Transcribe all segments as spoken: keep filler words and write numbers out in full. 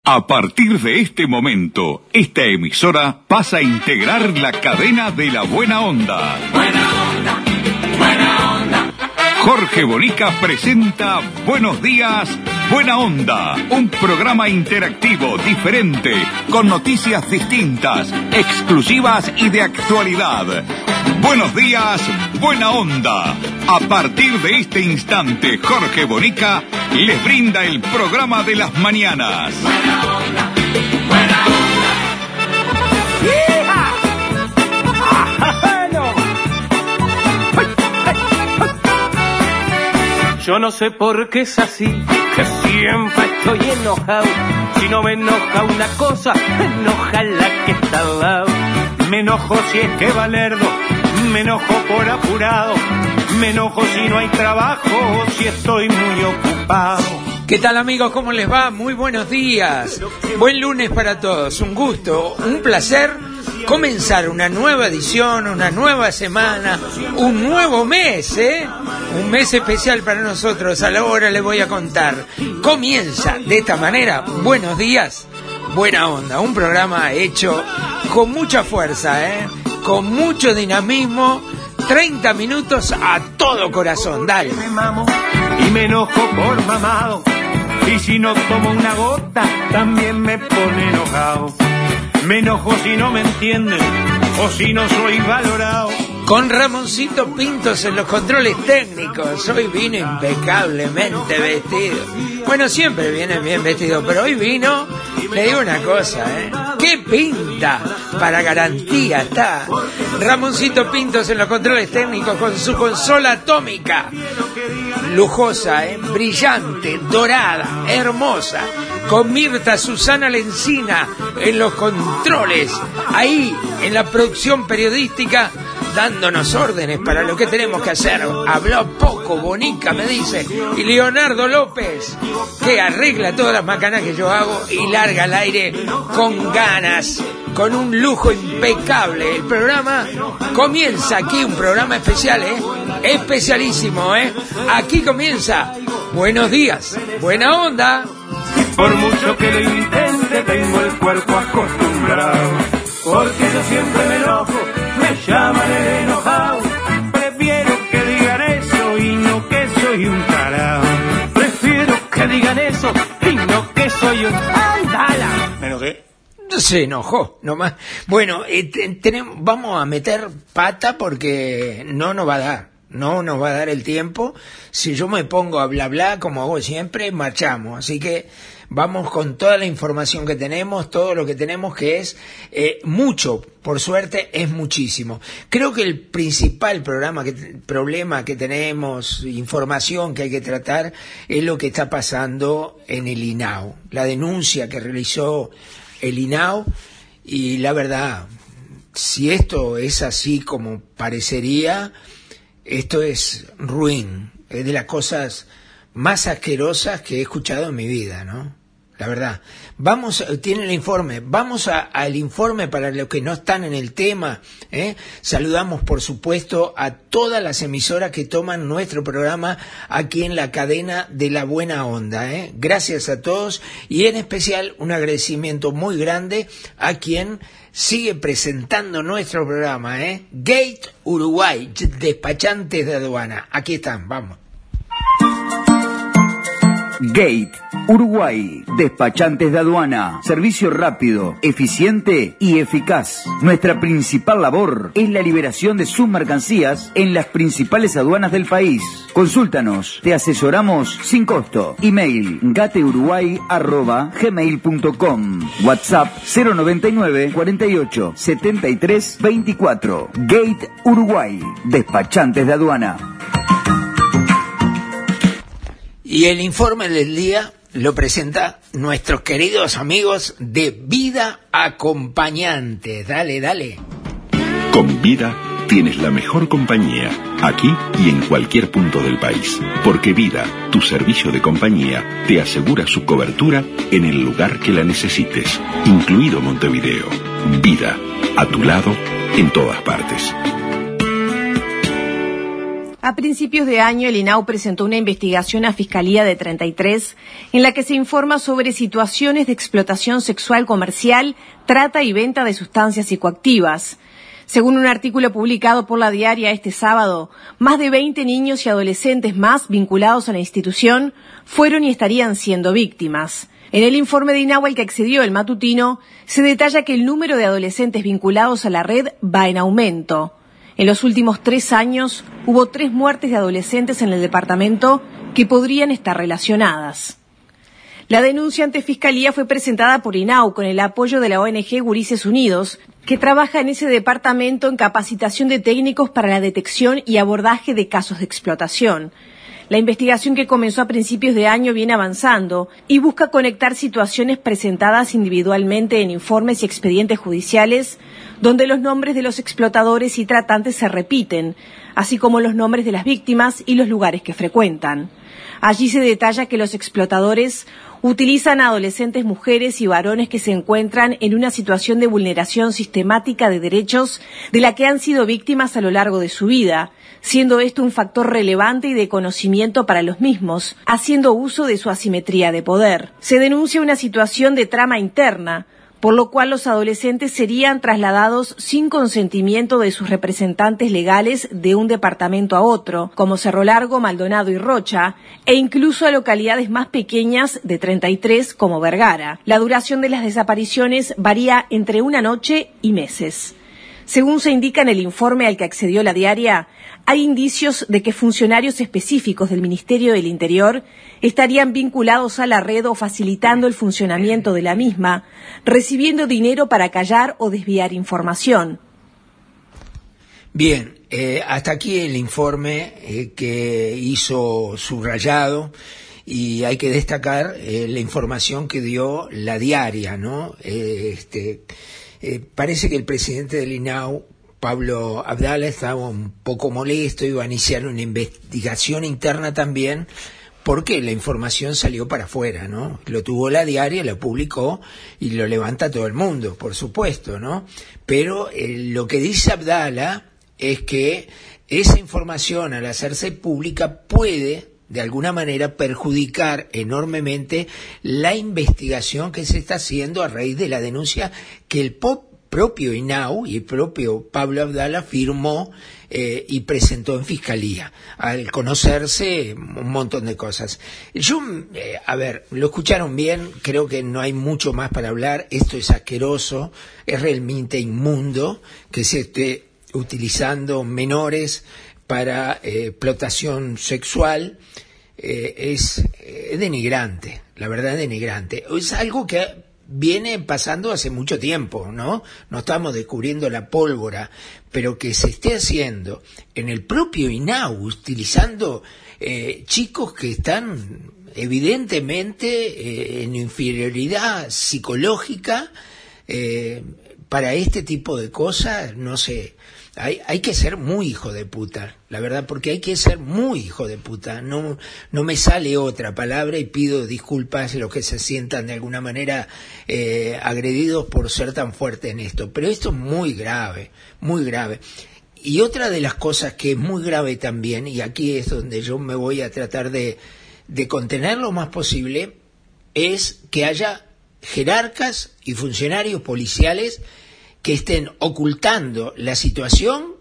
A partir de este momento, esta emisora pasa a integrar la cadena de la buena onda. Buena onda, buena onda. Jorge Bonica presenta Buenos Días, Buena Onda, un programa interactivo, diferente, con noticias distintas, exclusivas y de actualidad. Buenos días, Buena Onda. A partir de este instante, Jorge Bonica les brinda el programa de las mañanas. Buena onda, buena onda. ¡Hija! Yo no sé por qué es así, que siempre estoy enojado. Si no me enoja una cosa, me enoja la que está al lado. Me enojo si es que va lerdo, me enojo por apurado, me enojo si no hay trabajo, si estoy muy ocupado. ¿Qué tal, amigos? ¿Cómo les va? Muy buenos días. Buen lunes para todos. Un gusto, un placer comenzar una nueva edición, una nueva semana, un nuevo mes, ¿eh? Un mes especial para nosotros. A la hora les voy a contar. Comienza de esta manera. Buenos días, Buena Onda. Un programa hecho con mucha fuerza, ¿eh? Con mucho dinamismo. treinta minutos a todo corazón. Dale. Me mamo y me enojo por mamado. Y si no tomo una gota, también me pone enojado. Me enojo si no me entienden o si no soy valorado. Con Ramoncito Pintos en los controles técnicos. Hoy vino impecablemente vestido. Bueno, siempre viene bien vestido, pero hoy vino, le digo una cosa, ¿eh? ¡Qué pinta! Para garantía está Ramoncito Pintos en los controles técnicos con su consola atómica. Lujosa, ¿eh? Brillante, dorada, hermosa. Con Mirta Susana Lencina en los controles. Ahí, en la producción periodística, dándonos órdenes para lo que tenemos que hacer. Habló poco, Bonica me dice. Y Leonardo López, que arregla todas las macanas que yo hago y larga al aire con ganas, con un lujo impecable. El programa comienza aquí, un programa especial, ¿eh? Especialísimo, ¿eh? Aquí comienza Buenos Días, Buena Onda. Por mucho que lo intente, tengo el cuerpo acostumbrado. Porque yo siempre me enojo, me llaman el enojado. Prefiero que digan eso y no que soy un tarado. Prefiero que digan eso y no que soy un... ¡Ándala! ¿Me enojé? Se enojó, nomás. Bueno, eh, te, tenemos, vamos a meter pata porque no nos va a dar. No nos va a dar el tiempo. Si yo me pongo a bla bla, como hago siempre, marchamos. Así que vamos con toda la información que tenemos, todo lo que tenemos, que es eh, mucho, por suerte, es muchísimo. Creo que el principal programa que, problema que tenemos, información que hay que tratar, es lo que está pasando en el I N A U. La denuncia que realizó el I N A U, y la verdad, si esto es así como parecería, esto es ruin, es de las cosas más asquerosas que he escuchado en mi vida, ¿no? La verdad. Vamos, tiene el informe, vamos a, al informe para los que no están en el tema, ¿eh? Saludamos, por supuesto, a todas las emisoras que toman nuestro programa aquí en la cadena de la Buena Onda, ¿eh? Gracias a todos y en especial un agradecimiento muy grande a quien sigue presentando nuestro programa, ¿eh? Gate Uruguay, despachantes de aduana. Aquí están, vamos. Gate Uruguay, despachantes de aduana, servicio rápido, eficiente y eficaz. Nuestra principal labor es la liberación de sus mercancías en las principales aduanas del país. Consúltanos, te asesoramos sin costo. Email gateuruguay arroba gmail punto com. WhatsApp cero noventa y nueve cuarenta y ocho setenta y tres veinticuatro. Gate Uruguay, despachantes de aduana. Y el informe del día lo presenta nuestros queridos amigos de Vida Acompañantes. Dale, dale. Con Vida tienes la mejor compañía, aquí y en cualquier punto del país. Porque Vida, tu servicio de compañía, te asegura su cobertura en el lugar que la necesites, incluido Montevideo. Vida, a tu lado, en todas partes. A principios de año, el INAU presentó una investigación a Fiscalía de treinta y tres en la que se informa sobre situaciones de explotación sexual comercial, trata y venta de sustancias psicoactivas. Según un artículo publicado por La Diaria este sábado, más de veinte niños y adolescentes más vinculados a la institución fueron y estarían siendo víctimas. En el informe de INAU al que accedió el matutino, se detalla que el número de adolescentes vinculados a la red va en aumento. En los últimos tres años hubo tres muertes de adolescentes en el departamento que podrían estar relacionadas. La denuncia ante Fiscalía fue presentada por INAU con el apoyo de la O N G Gurises Unidos, que trabaja en ese departamento en capacitación de técnicos para la detección y abordaje de casos de explotación. La investigación, que comenzó a principios de año, viene avanzando y busca conectar situaciones presentadas individualmente en informes y expedientes judiciales, donde los nombres de los explotadores y tratantes se repiten, así como los nombres de las víctimas y los lugares que frecuentan. Allí se detalla que los explotadores utilizan a adolescentes mujeres y varones que se encuentran en una situación de vulneración sistemática de derechos de la que han sido víctimas a lo largo de su vida, siendo esto un factor relevante y de conocimiento para los mismos, haciendo uso de su asimetría de poder. Se denuncia una situación de trama interna, por lo cual los adolescentes serían trasladados sin consentimiento de sus representantes legales de un departamento a otro, como Cerro Largo, Maldonado y Rocha, e incluso a localidades más pequeñas de treinta y tres como Vergara. La duración de las desapariciones varía entre una noche y meses. Según se indica en el informe al que accedió La Diaria, hay indicios de que funcionarios específicos del Ministerio del Interior estarían vinculados a la red o facilitando el funcionamiento de la misma, recibiendo dinero para callar o desviar información. Bien, eh, hasta aquí el informe eh, que hizo Subrayado, y hay que destacar eh, la información que dio La Diaria, ¿no? Eh, este, eh, parece que el presidente del INAU, Pablo Abdala, estaba un poco molesto, iba a iniciar una investigación interna también, porque la información salió para afuera, ¿no? Lo tuvo La Diaria, lo publicó y lo levanta todo el mundo, por supuesto, ¿no? Pero eh, lo que dice Abdala es que esa información, al hacerse pública, puede de alguna manera perjudicar enormemente la investigación que se está haciendo a raíz de la denuncia que el pop propio INAU y el propio Pablo Abdala firmó eh, y presentó en Fiscalía, al conocerse un montón de cosas. Yo, eh, a ver, lo escucharon bien, creo que no hay mucho más para hablar, esto es asqueroso, es realmente inmundo que se esté utilizando menores para eh, explotación sexual, eh, es, es denigrante, la verdad es denigrante, es algo que viene pasando hace mucho tiempo, ¿no? No estamos descubriendo la pólvora, pero que se esté haciendo en el propio INAU, utilizando eh, chicos que están evidentemente eh, en inferioridad psicológica eh, para este tipo de cosas, no sé. Hay, hay que ser muy hijo de puta, la verdad, porque hay que ser muy hijo de puta. No, no me sale otra palabra y pido disculpas a los que se sientan de alguna manera eh, agredidos por ser tan fuerte en esto. Pero esto es muy grave, muy grave. Y otra de las cosas que es muy grave también, y aquí es donde yo me voy a tratar de, de contener lo más posible, es que haya jerarcas y funcionarios policiales que estén ocultando la situación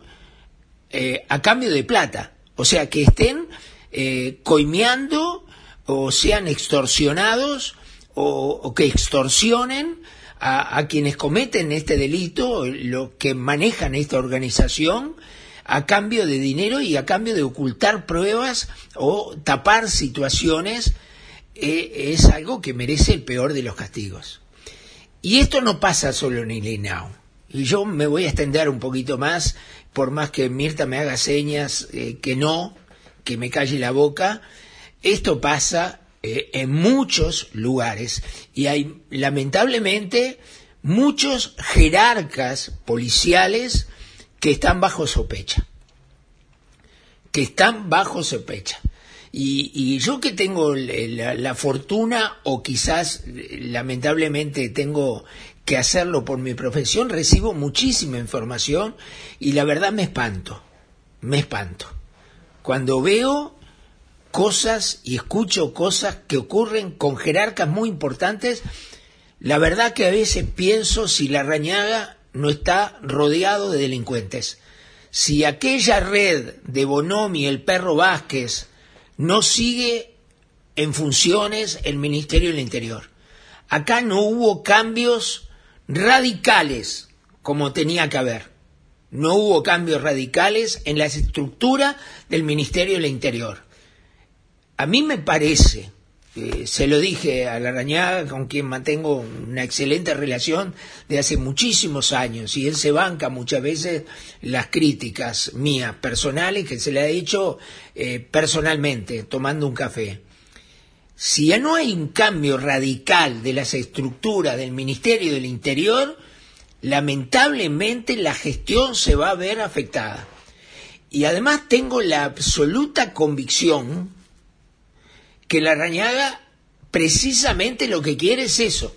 eh, a cambio de plata, o sea, que estén eh, coimeando o sean extorsionados o, o que extorsionen a, a quienes cometen este delito, los que manejan esta organización, a cambio de dinero y a cambio de ocultar pruebas o tapar situaciones. Eh, es algo que merece el peor de los castigos. Y esto no pasa solo en el INAU. Y yo me voy a extender un poquito más, por más que Mirta me haga señas eh, que no, que me calle la boca. Esto pasa eh, en muchos lugares y hay lamentablemente muchos jerarcas policiales que están bajo sospecha, que están bajo sospecha. Y, y yo que tengo la, la fortuna, o quizás lamentablemente tengo que hacerlo por mi profesión, recibo muchísima información y la verdad me espanto, me espanto. cuando veo cosas y escucho cosas que ocurren con jerarcas muy importantes, la verdad que a veces pienso si Larrañaga no está rodeado de delincuentes. Si aquella red de Bonomi, el Perro Vázquez, no sigue en funciones el Ministerio del Interior. Acá no hubo cambios radicales como tenía que haber. No hubo cambios radicales en la estructura del Ministerio del Interior. A mí me parece, eh, se lo dije a Larrañaga, con quien mantengo una excelente relación de hace muchísimos años, y él se banca muchas veces las críticas mías personales que se le ha hecho eh, personalmente, tomando un café. Si ya no hay un cambio radical de las estructuras del Ministerio del Interior, lamentablemente la gestión se va a ver afectada. Y además tengo la absoluta convicción que Larrañaga precisamente lo que quiere es eso.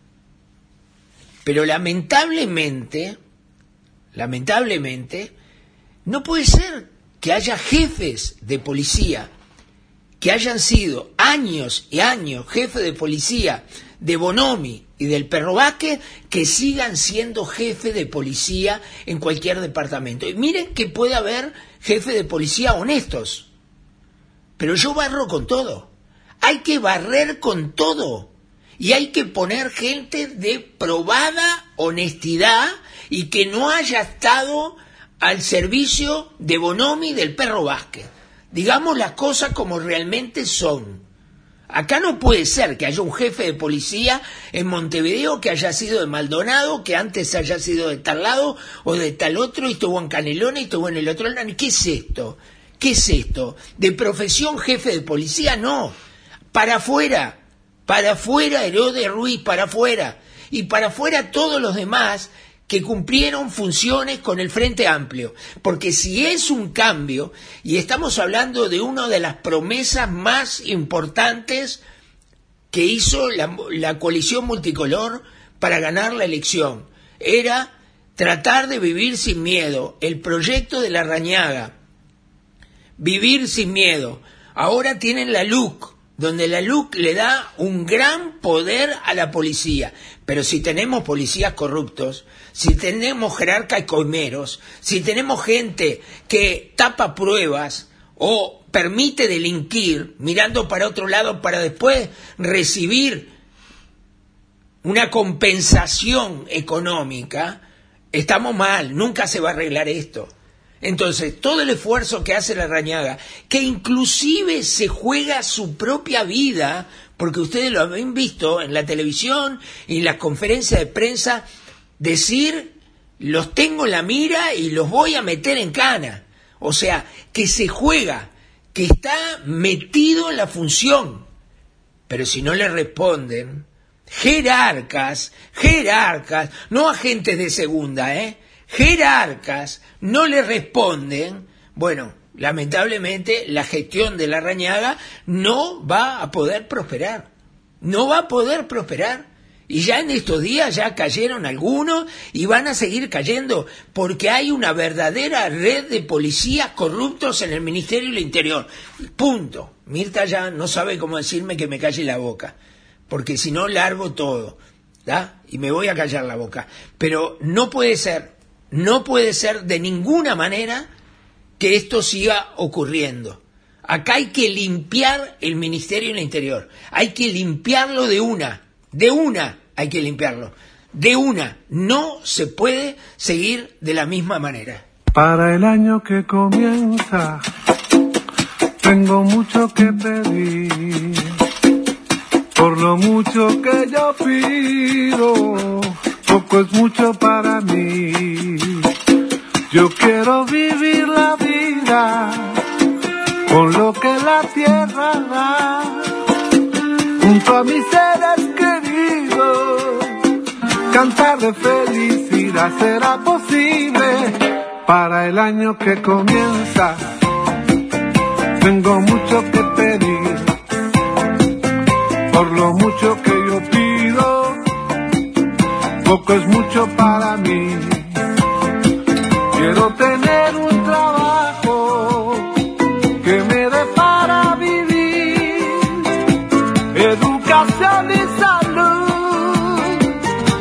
Pero lamentablemente, lamentablemente, no puede ser que haya jefes de policía que hayan sido años y años jefes de policía de Bonomi y del Perro Vázquez, que sigan siendo jefe de policía en cualquier departamento. Y miren que puede haber jefes de policía honestos, pero yo barro con todo. Hay que barrer con todo y hay que poner gente de probada honestidad y que no haya estado al servicio de Bonomi y del Perro Vázquez. Digamos las cosas como realmente son. Acá no puede ser que haya un jefe de policía en Montevideo que haya sido de Maldonado, que antes haya sido de tal lado o de tal otro, y estuvo en Canelones y estuvo en el otro lado. ¿Qué es esto? ¿Qué es esto? ¿De profesión jefe de policía? No. Para afuera, para afuera Herodes Ruiz, para afuera. Y para afuera todos los demás que cumplieron funciones con el Frente Amplio. Porque si es un cambio, y estamos hablando de una de las promesas más importantes que hizo la, la coalición multicolor para ganar la elección, era tratar de vivir sin miedo. El proyecto de Larrañaga, vivir sin miedo. Ahora tienen la L U C, donde la L U C le da un gran poder a la policía. Pero si tenemos policías corruptos, si tenemos jerarcas y coimeros, si tenemos gente que tapa pruebas o permite delinquir mirando para otro lado para después recibir una compensación económica, estamos mal, nunca se va a arreglar esto. Entonces, todo el esfuerzo que hace Larrañaga, que inclusive se juega su propia vida, porque ustedes lo han visto en la televisión y en las conferencias de prensa, decir, los tengo en la mira y los voy a meter en cana. O sea, que se juega, que está metido en la función. Pero si no le responden, jerarcas, jerarcas, no agentes de segunda, ¿eh? jerarcas no le responden, bueno, lamentablemente la gestión de Larrañaga no va a poder prosperar, no va a poder prosperar. Y ya en estos días ya cayeron algunos y van a seguir cayendo, porque hay una verdadera red de policías corruptos en el Ministerio del Interior. Punto. Mirta ya no sabe cómo decirme que me calle la boca, porque si no largo todo, ¿da? Y me voy a callar la boca. Pero no puede ser. No puede ser de ninguna manera que esto siga ocurriendo. Acá hay que limpiar el Ministerio del Interior. Hay que limpiarlo de una. De una hay que limpiarlo. De una. No se puede seguir de la misma manera. Para el año que comienza, tengo mucho que pedir. Por lo mucho que yo pido, poco es mucho para mí. Yo quiero vivir la vida con lo que la tierra da, junto a mis seres queridos, cantar de felicidad será posible. Para el año que comienza, tengo mucho que pedir. Por lo mucho que yo pido, poco es mucho para mí. Quiero tener un trabajo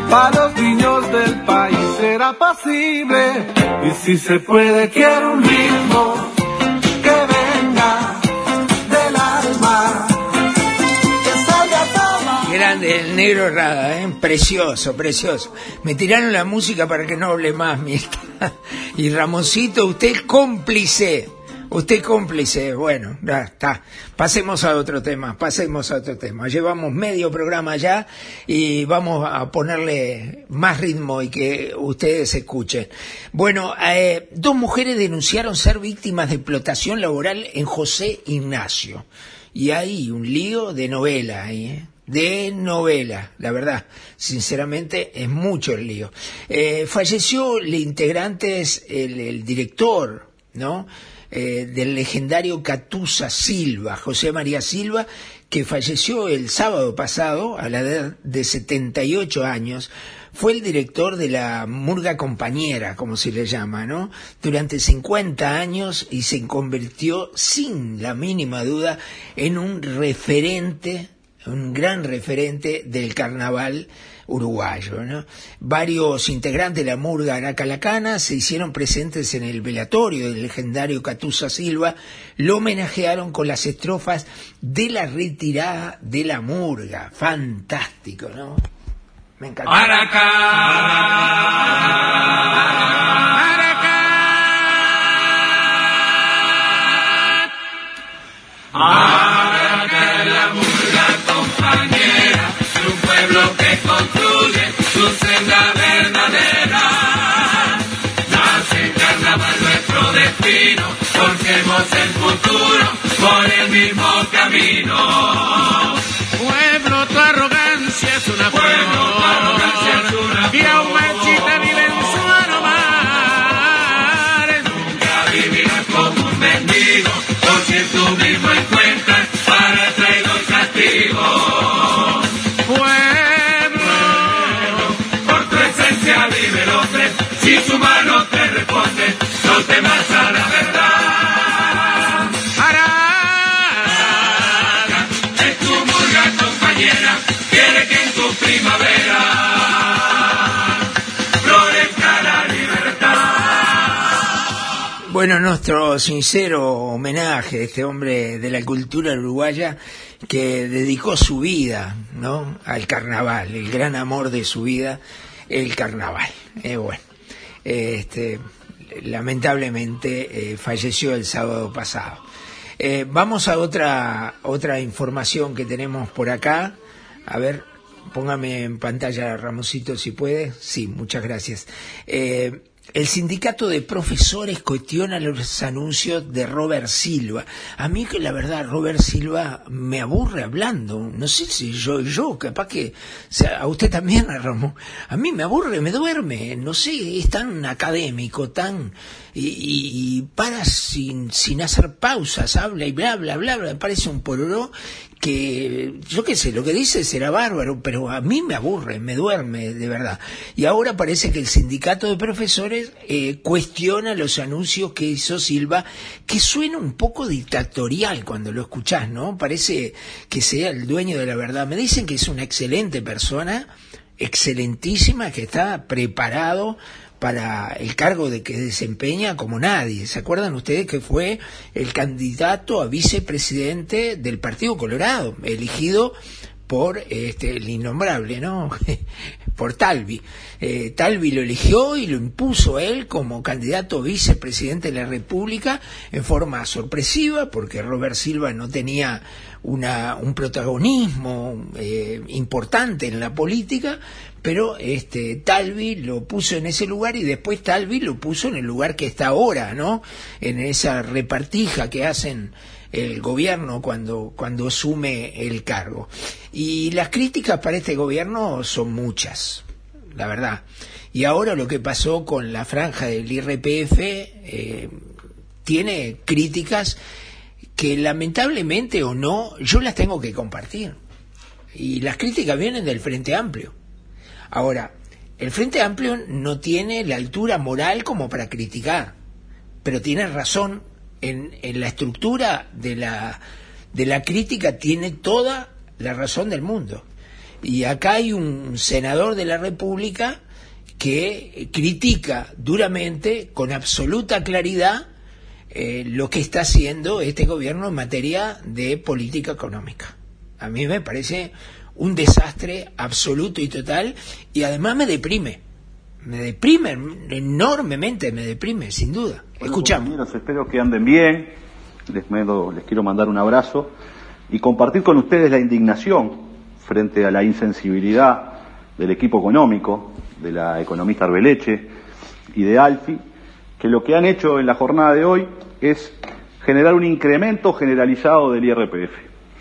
para los niños del país será pasible. Y si se puede, quiero un ritmo que venga del alma, que salga toda. Grande el negro Rada, ¿eh? Precioso, precioso. Me tiraron la música para que no hable más, miesta. Y Ramoncito, usted es cómplice. Usted cómplice, bueno, ya está. Pasemos a otro tema, pasemos a otro tema. Llevamos medio programa ya y vamos a ponerle más ritmo y que ustedes escuchen. Bueno, eh, dos mujeres denunciaron ser víctimas de explotación laboral en José Ignacio. Y hay un lío de novela ahí, ¿eh? De novela, la verdad, sinceramente es mucho el lío. Eh, falleció el integrante, el, el director, ¿no? Eh, del legendario Catusa Silva, José María Silva, que falleció el sábado pasado a la edad de setenta y ocho años. Fue el director de la Murga Compañera, como se le llama, ¿no? Durante cincuenta años y se convirtió sin la mínima duda en un referente, un gran referente del carnaval uruguayo, ¿no? Varios integrantes de la Murga Aracalacana se hicieron presentes en el velatorio del legendario Catusa Silva, lo homenajearon con las estrofas de la retirada de la Murga. Fantástico, ¿no? Me encanta. Aracá, Aracá, Aracá es la Murga compañera de un pueblo que construye su senda verdadera. Nace el carnaval nuestro destino, forjemos el futuro por el mismo camino. Pueblo, tu arrogancia es una pueblo, tu arrogancia es una y aún machita vive en su aromar. Nunca vivirás como un mendigo, porque tú mismo encuentras para el traidor castigo. Pueblo, por tu esencia vive el hombre, si su mano te responde, no temas a la verdad. Quiere que en tu primavera florezca la libertad. Bueno, nuestro sincero homenaje a este hombre de la cultura uruguaya que dedicó su vida, ¿no?, al carnaval, el gran amor de su vida, el carnaval. Eh, bueno, este, lamentablemente eh, falleció el sábado pasado. Eh, vamos a otra otra información que tenemos por acá. A ver, póngame en pantalla, Ramoncito, si puede. Sí, muchas gracias. Eh, el sindicato de profesores cuestiona los anuncios de Robert Silva. A mí, que la verdad, Robert Silva me aburre hablando. No sé si yo, yo, capaz que, o sea, a usted también, a Ramón. A mí me aburre, me duerme. No sé, es tan académico, tan... Y, y, y para sin, sin hacer pausas, habla y bla, bla, bla, bla. Parece un pororó que, yo qué sé, lo que dice será bárbaro, pero a mí me aburre, me duerme, de verdad. Y ahora parece que el sindicato de profesores eh, cuestiona los anuncios que hizo Silva, que suena un poco dictatorial cuando lo escuchás, ¿no? Parece que sea el dueño de la verdad. Me dicen que es una excelente persona, excelentísima, que está preparado para el cargo de que desempeña como nadie. ¿Se acuerdan ustedes que fue el candidato a vicepresidente del Partido Colorado, elegido por este el innombrable, ¿no? por Talvi. Eh, Talvi lo eligió y lo impuso él como candidato a vicepresidente de la República en forma sorpresiva, porque Robert Silva no tenía una un protagonismo eh, importante en la política, pero este Talvi lo puso en ese lugar y después Talvi lo puso en el lugar que está ahora, ¿no? En esa repartija que hacen el gobierno cuando cuando asume el cargo. Y las críticas para este gobierno son muchas, la verdad. Y ahora lo que pasó con la franja del I R P F eh, tiene críticas que lamentablemente o no, yo las tengo que compartir. Y las críticas vienen del Frente Amplio. Ahora, el Frente Amplio no tiene la altura moral como para criticar, pero tiene razón en, en la estructura de la, de la crítica, tiene toda la razón del mundo. Y acá hay un senador de la República que critica duramente, con absoluta claridad, eh, lo que está haciendo este gobierno en materia de política económica. A mí me parece un desastre absoluto y total, y además me deprime. Me deprime enormemente, me deprime, sin duda. Bueno, Escuchamos. Compañeros, espero que anden bien. Les, mando, les quiero mandar un abrazo y compartir con ustedes la indignación frente a la insensibilidad del equipo económico, de la economista Arbeleche y de Alfi, que lo que han hecho en la jornada de hoy es generar un incremento generalizado del I R P F.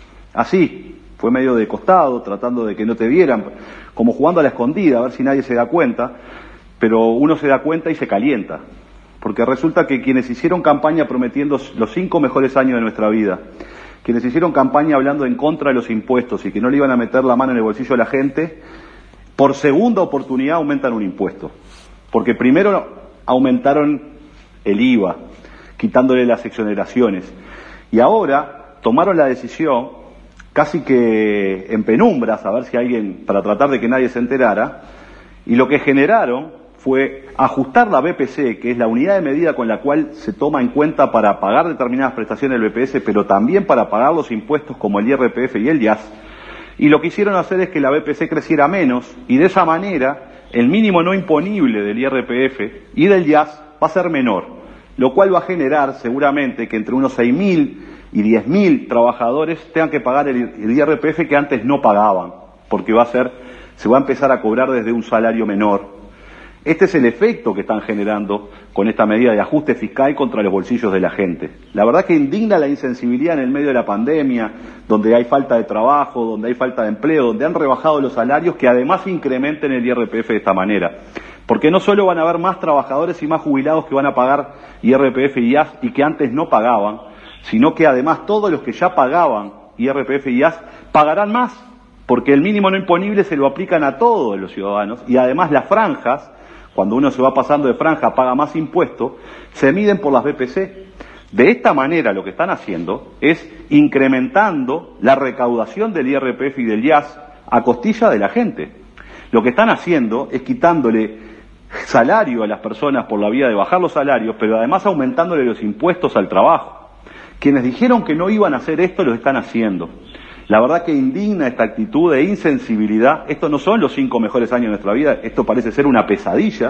Así, fue medio de costado, tratando de que no te vieran, como jugando a la escondida, a ver si nadie se da cuenta, pero uno se da cuenta y se calienta, porque resulta que quienes hicieron campaña prometiendo los cinco mejores años de nuestra vida, quienes hicieron campaña hablando en contra de los impuestos y que no le iban a meter la mano en el bolsillo a la gente, por segunda oportunidad aumentan un impuesto, porque primero aumentaron el I V A, quitándole las exoneraciones, y ahora tomaron la decisión, casi que en penumbras, a ver si alguien, para tratar de que nadie se enterara, y lo que generaron fue ajustar la B P C, que es la unidad de medida con la cual se toma en cuenta para pagar determinadas prestaciones del B P S, pero también para pagar los impuestos como el I R P F y el I A S, y lo que hicieron hacer es que la B P C creciera menos, y de esa manera el mínimo no imponible del I R P F y del I A S va a ser menor, lo cual va a generar seguramente que entre unos seis mil y diez mil trabajadores tengan que pagar el, el I R P F que antes no pagaban, porque va a ser, se va a empezar a cobrar desde un salario menor. Este es el efecto que están generando con esta medida de ajuste fiscal contra los bolsillos de la gente. La verdad que indigna la insensibilidad en el medio de la pandemia, donde hay falta de trabajo, donde hay falta de empleo, donde han rebajado los salarios, que además incrementen el I R P F de esta manera. Porque no solo van a haber más trabajadores y más jubilados que van a pagar I R P F y I A S y que antes no pagaban, sino que además todos los que ya pagaban I R P F y I A S pagarán más, porque el mínimo no imponible se lo aplican a todos los ciudadanos, y además las franjas, cuando uno se va pasando de franja paga más impuestos, se miden por las B P C. De esta manera lo que están haciendo es incrementando la recaudación del I R P F y del I A S a costilla de la gente. Lo que están haciendo es quitándole salario a las personas por la vía de bajar los salarios, pero además aumentándole los impuestos al trabajo. Quienes dijeron que no iban a hacer esto, lo están haciendo. La verdad que indigna esta actitud de insensibilidad. Estos no son los cinco mejores años de nuestra vida, esto parece ser una pesadilla,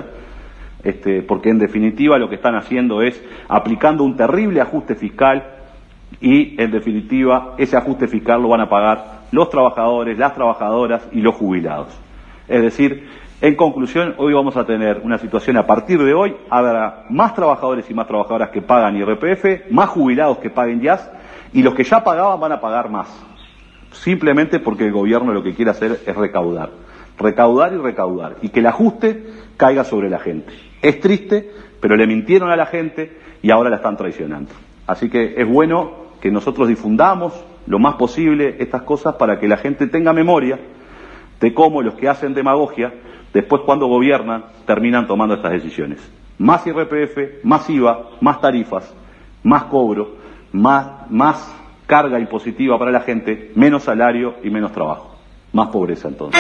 este, porque en definitiva lo que están haciendo es aplicando un terrible ajuste fiscal y en definitiva ese ajuste fiscal lo van a pagar los trabajadores, las trabajadoras y los jubilados. Es decir, en conclusión, hoy vamos a tener una situación, a partir de hoy habrá más trabajadores y más trabajadoras que pagan I R P F, más jubilados que paguen I A S, y los que ya pagaban van a pagar más, simplemente porque el gobierno lo que quiere hacer es recaudar, recaudar y recaudar, y que el ajuste caiga sobre la gente. Es triste, pero le mintieron a la gente y ahora la están traicionando. Así que es bueno que nosotros difundamos lo más posible estas cosas para que la gente tenga memoria de cómo los que hacen demagogia, después cuando gobiernan, terminan tomando estas decisiones. Más I R P F, más I V A, más tarifas, más cobro, más, más carga impositiva para la gente, menos salario y menos trabajo. Más pobreza entonces.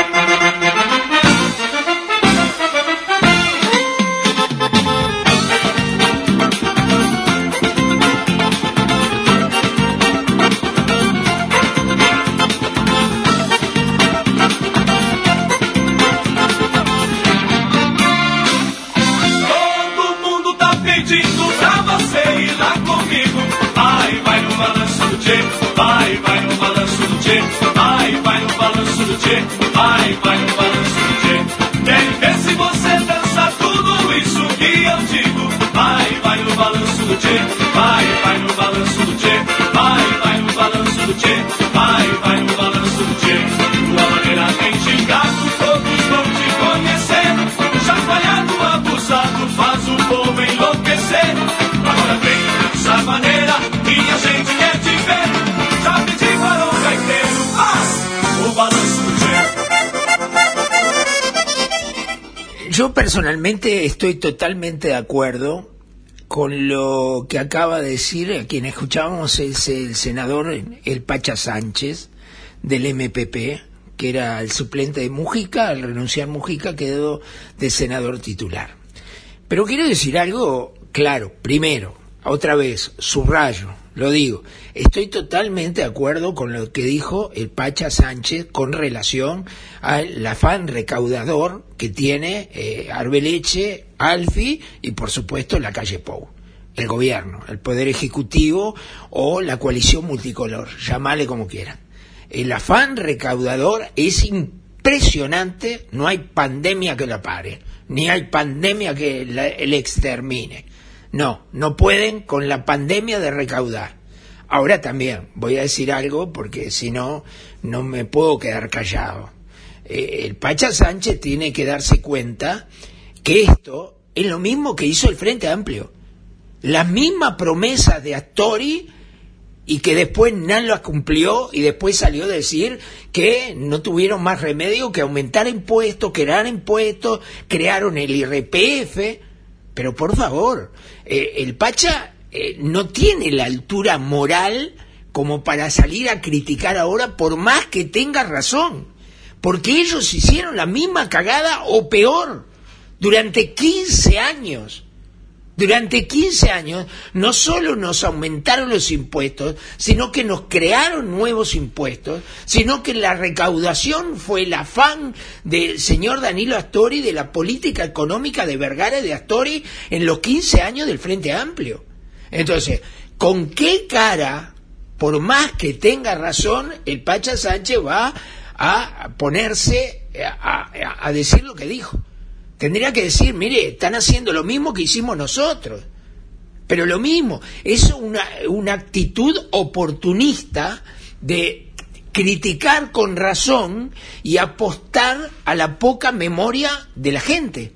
Vai, vai no balanço do Tchê, vai, vai no balanço do Tchê, vai, vai no balanço do Tchê. Quero ver se você dança tudo isso que eu digo. Vai, vai no balanço do Tchê, vai, vai no balanço do Tchê, vai, vai no balanço do Tchê, vai, vai no balanço do Tchê. Tua maneira tem gingado, todos vão te conhecendo. Chacoalhado, abusado, faz o povo enlouquecer. Agora vem dessa maneira que a gente quer te ver. Yo personalmente estoy totalmente de acuerdo con lo que acaba de decir, a quien escuchábamos es el senador, el Pacha Sánchez, del M P P, que era el suplente de Mujica. Al renunciar Mujica quedó de senador titular. Pero quiero decir algo claro. Primero, otra vez, subrayo, lo digo, estoy totalmente de acuerdo con lo que dijo el Pacha Sánchez con relación al afán recaudador que tiene eh, Arbeleche, Alfi y por supuesto la calle Pou, el gobierno, el poder ejecutivo o la coalición multicolor, llamale como quieran. El afán recaudador es impresionante, no hay pandemia que la pare, ni hay pandemia que la, la extermine. No, no pueden con la pandemia de recaudar. Ahora también voy a decir algo porque si no, no me puedo quedar callado. Eh, el Pacha Sánchez tiene que darse cuenta que esto es lo mismo que hizo el Frente Amplio. Las mismas promesas de Astori y que después no las cumplió y después salió a decir que no tuvieron más remedio que aumentar impuestos, crear impuestos, crearon el I R P F. Pero por favor, eh, el Pacha eh, no tiene la altura moral como para salir a criticar ahora por más que tenga razón, porque ellos hicieron la misma cagada o peor durante quince años. Durante quince años no solo nos aumentaron los impuestos, sino que nos crearon nuevos impuestos, sino que la recaudación fue el afán del señor Danilo Astori, de la política económica de Vergara y de Astori en los quince años del Frente Amplio. Entonces, ¿con qué cara, por más que tenga razón, el Pacha Sánchez va a ponerse a, a, a decir lo que dijo? Tendría que decir, mire, están haciendo lo mismo que hicimos nosotros. Pero lo mismo, es una, una actitud oportunista de criticar con razón y apostar a la poca memoria de la gente.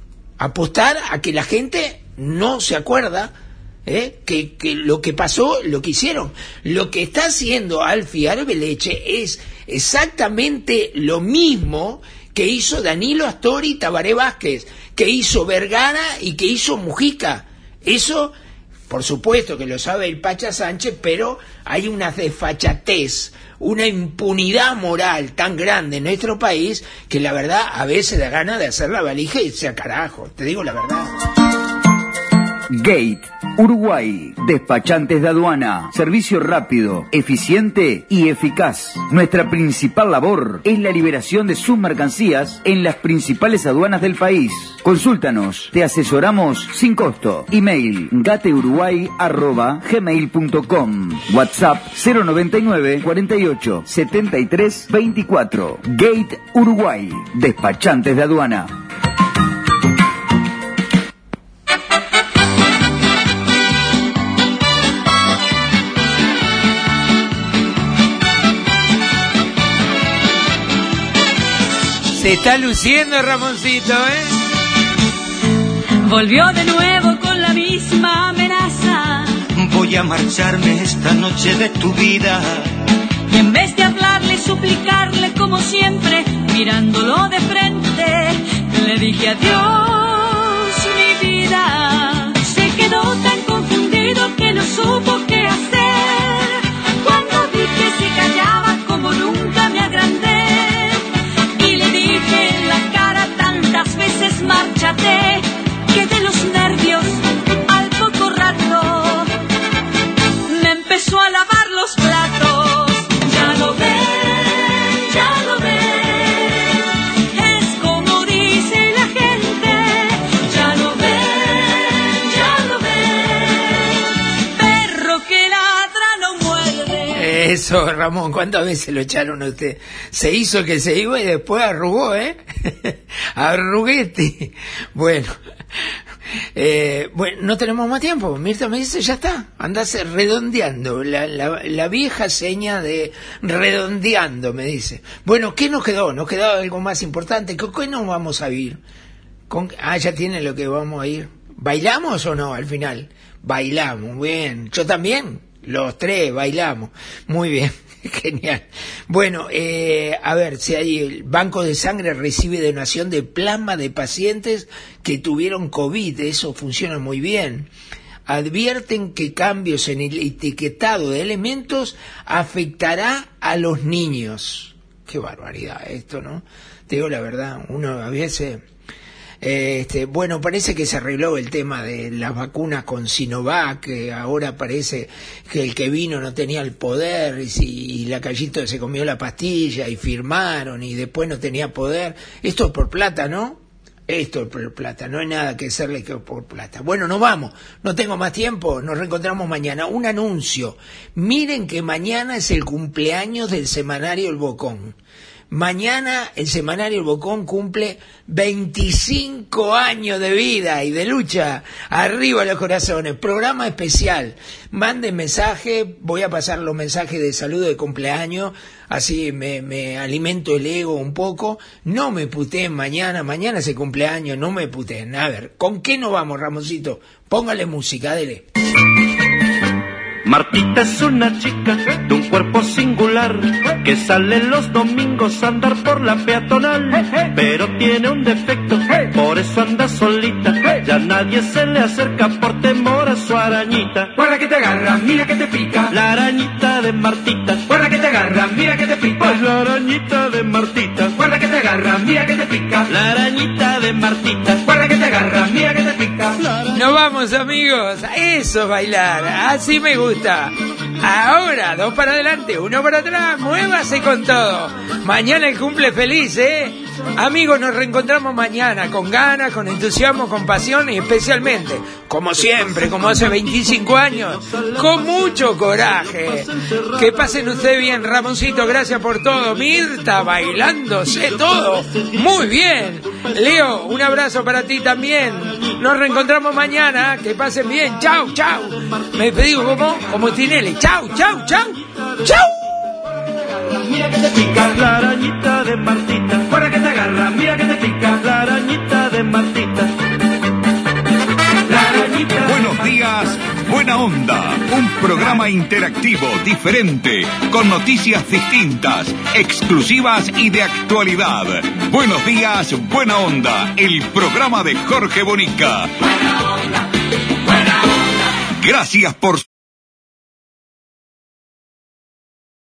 Apostar a que la gente no se acuerda ¿eh? que, que lo que pasó, lo que hicieron. Lo que está haciendo Alfi Arbeleche es exactamente lo mismo que hizo Danilo Astori y Tabaré Vázquez, que hizo Vergara y que hizo Mujica. Eso, por supuesto que lo sabe el Pacha Sánchez, pero hay una desfachatez, una impunidad moral tan grande en nuestro país que la verdad a veces da ganas de hacer la valija y irse a carajo, te digo la verdad. Gate, Uruguay, despachantes de aduana, servicio rápido, eficiente y eficaz. Nuestra principal labor es la liberación de sus mercancías en las principales aduanas del país. Consúltanos, te asesoramos sin costo. Email gateuruguay arroba gmail punto com. WhatsApp cero noventa y nueve cuarenta y ocho setenta y tres veinticuatro. Gate Uruguay, despachantes de aduana. Se está luciendo Ramoncito, ¿eh? Volvió de nuevo con la misma amenaza. Voy a marcharme esta noche de tu vida. Y en vez de hablarle, suplicarle como siempre, mirándolo de frente, le dije adiós, mi vida. Se quedó tan confundido que no supo qué hacer. Cuando vi que se callaba como nunca me agrandé. En la cara tantas veces márchate, que de los nervios al poco rato me empezó a lavar los platos. Ya lo ven, ya lo ven, es como dice la gente. Ya lo ven, ya lo ven, perro que ladra no muerde. Eso, Ramón, ¿cuántas veces lo echaron a usted? Se hizo que se iba y después arrugó, ¿eh? Arruguete. Bueno, eh, bueno, no tenemos más tiempo. Mirta me dice, ya está, andase redondeando. La, la, la vieja seña de redondeando, me dice. Bueno, ¿qué nos quedó? ¿Nos quedó algo más importante? ¿Con qué nos vamos a ir? ¿Con... Ah, ya tiene lo que vamos a ir. ¿Bailamos o no al final? Bailamos, muy bien. Yo también. Los tres bailamos. Muy bien, genial. Bueno, eh, a ver, si hay el Banco de Sangre recibe donación de plasma de pacientes que tuvieron COVID, eso funciona muy bien. Advierten que cambios en el etiquetado de elementos afectará a los niños. qué barbaridad esto, ¿no? Te digo la verdad, uno a veces... Eh, este, bueno, parece que se arregló el tema de las vacunas con Sinovac, que ahora parece que el que vino no tenía el poder y, si, y Lacayito se comió la pastilla y firmaron y después no tenía poder. Esto es por plata, ¿no? Esto es por plata, no hay nada que hacerle que por plata. Bueno, nos vamos, no tengo más tiempo, nos reencontramos mañana. Un anuncio, miren que mañana es el cumpleaños del semanario El Bocón. Mañana el semanario El Bocón cumple veinticinco años de vida y de lucha. Arriba los corazones. Programa especial. Manden mensaje. Voy a pasar los mensajes de saludo de cumpleaños. Así me, me alimento el ego un poco. No me puteen mañana. Mañana es el cumpleaños. No me puteen. A ver, ¿con qué nos vamos, Ramoncito? Póngale música, dele. Martita es una chica de un cuerpo singular que sale los domingos a andar por la peatonal, pero tiene un defecto, por eso anda solita, ya nadie se le acerca por temor a su arañita. Guarda que te agarra, mira que te pica, la arañita de Martita. Guarda que te agarra, mira que te pica, pues la arañita de Martita. Guarda que te agarra, mira que te pica, la arañita de Martita. Guarda que te agarra, mira que te pica. Nos vamos, amigos, eso es bailar, así me gusta. Ahora, dos para adelante, uno para atrás, muévase con todo. Mañana el cumple feliz, ¿eh? Amigos, nos reencontramos mañana con ganas, con entusiasmo, con pasión y especialmente, como siempre, como hace veinticinco años, con mucho coraje. Que pasen ustedes bien, Ramoncito, gracias por todo. Mirta, bailándose todo, muy bien. Leo, un abrazo para ti también. Nos reencontramos mañana, que pasen bien. Chau, chau. Me pedí como, como Tinelli. Chau, chau, chau, chau. Mira que te pica, la arañita de Martita. Guarda que te agarra, mira que te pica, la arañita de Martita. La arañita. Buenos días, buena onda. Un programa interactivo, diferente, con noticias distintas, exclusivas y de actualidad. Buenos días, buena onda. El programa de Jorge Bonica. Buena onda, buena onda. Gracias por